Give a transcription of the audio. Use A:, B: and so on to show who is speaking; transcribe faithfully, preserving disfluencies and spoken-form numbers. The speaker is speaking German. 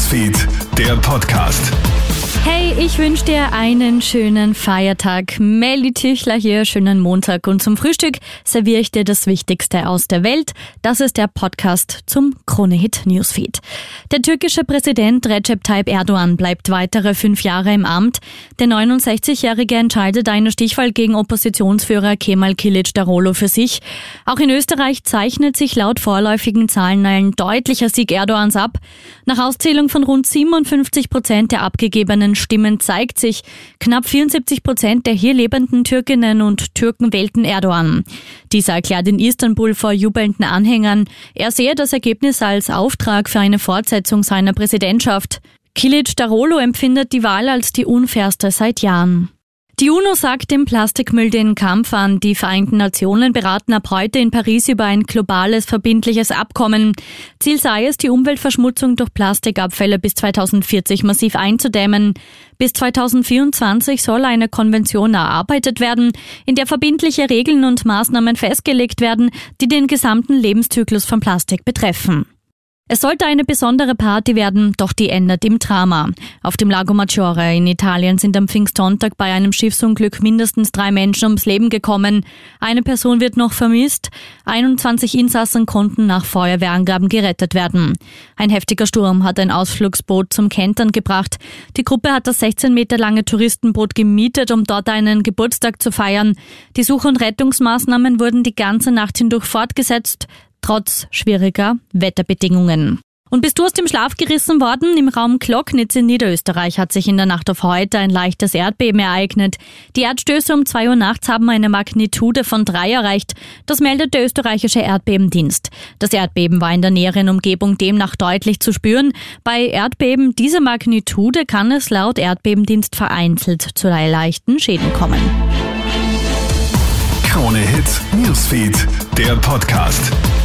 A: Newsfeed, der Podcast.
B: Hey, ich wünsche dir einen schönen Feiertag. Melly Tüchler hier, schönen Montag. Und zum Frühstück serviere ich dir das Wichtigste aus der Welt. Das ist der Podcast zum Krone-Hit Newsfeed. Der türkische Präsident Recep Tayyip Erdogan bleibt weitere fünf Jahre im Amt. Der neunundsechzigjährige entscheidet eine Stichwahl gegen Oppositionsführer Kemal Kılıçdaroğlu für sich. Auch in Österreich zeichnet sich laut vorläufigen Zahlen ein deutlicher Sieg Erdogans ab. Nach Auszählung von rund siebenundfünfzig Prozent der abgegebenen Stimmen zeigt sich, knapp vierundsiebzig Prozent der hier lebenden Türkinnen und Türken wählten Erdogan. Dieser erklärt in Istanbul vor jubelnden Anhängern, er sehe das Ergebnis als Auftrag für eine Fortsetzung seiner Präsidentschaft. Kılıçdaroğlu empfindet die Wahl als die unfairste seit Jahren. Die UNO sagt dem Plastikmüll den Kampf an. Die Vereinten Nationen beraten ab heute in Paris über ein globales, verbindliches Abkommen. Ziel sei es, die Umweltverschmutzung durch Plastikabfälle bis zweitausendvierzig massiv einzudämmen. Bis zweitausendvierundzwanzig soll eine Konvention erarbeitet werden, in der verbindliche Regeln und Maßnahmen festgelegt werden, die den gesamten Lebenszyklus von Plastik betreffen. Es sollte eine besondere Party werden, doch die endet im Drama. Auf dem Lago Maggiore in Italien sind am Pfingstsonntag bei einem Schiffsunglück mindestens drei Menschen ums Leben gekommen. Eine Person wird noch vermisst. einundzwanzig Insassen konnten nach Feuerwehrangaben gerettet werden. Ein heftiger Sturm hat ein Ausflugsboot zum Kentern gebracht. Die Gruppe hat das sechzehn Meter lange Touristenboot gemietet, um dort einen Geburtstag zu feiern. Die Such- und Rettungsmaßnahmen wurden die ganze Nacht hindurch fortgesetzt, trotz schwieriger Wetterbedingungen. Und bist du aus dem Schlaf gerissen worden? Im Raum Glocknitz in Niederösterreich hat sich in der Nacht auf heute ein leichtes Erdbeben ereignet. Die Erdstöße um zwei Uhr nachts haben eine Magnitude von drei erreicht. Das meldet der österreichische Erdbebendienst. Das Erdbeben war in der näheren Umgebung demnach deutlich zu spüren. Bei Erdbeben dieser Magnitude kann es laut Erdbebendienst vereinzelt zu leichten Schäden kommen.
A: Krone-Hit Newsfeed, der Podcast.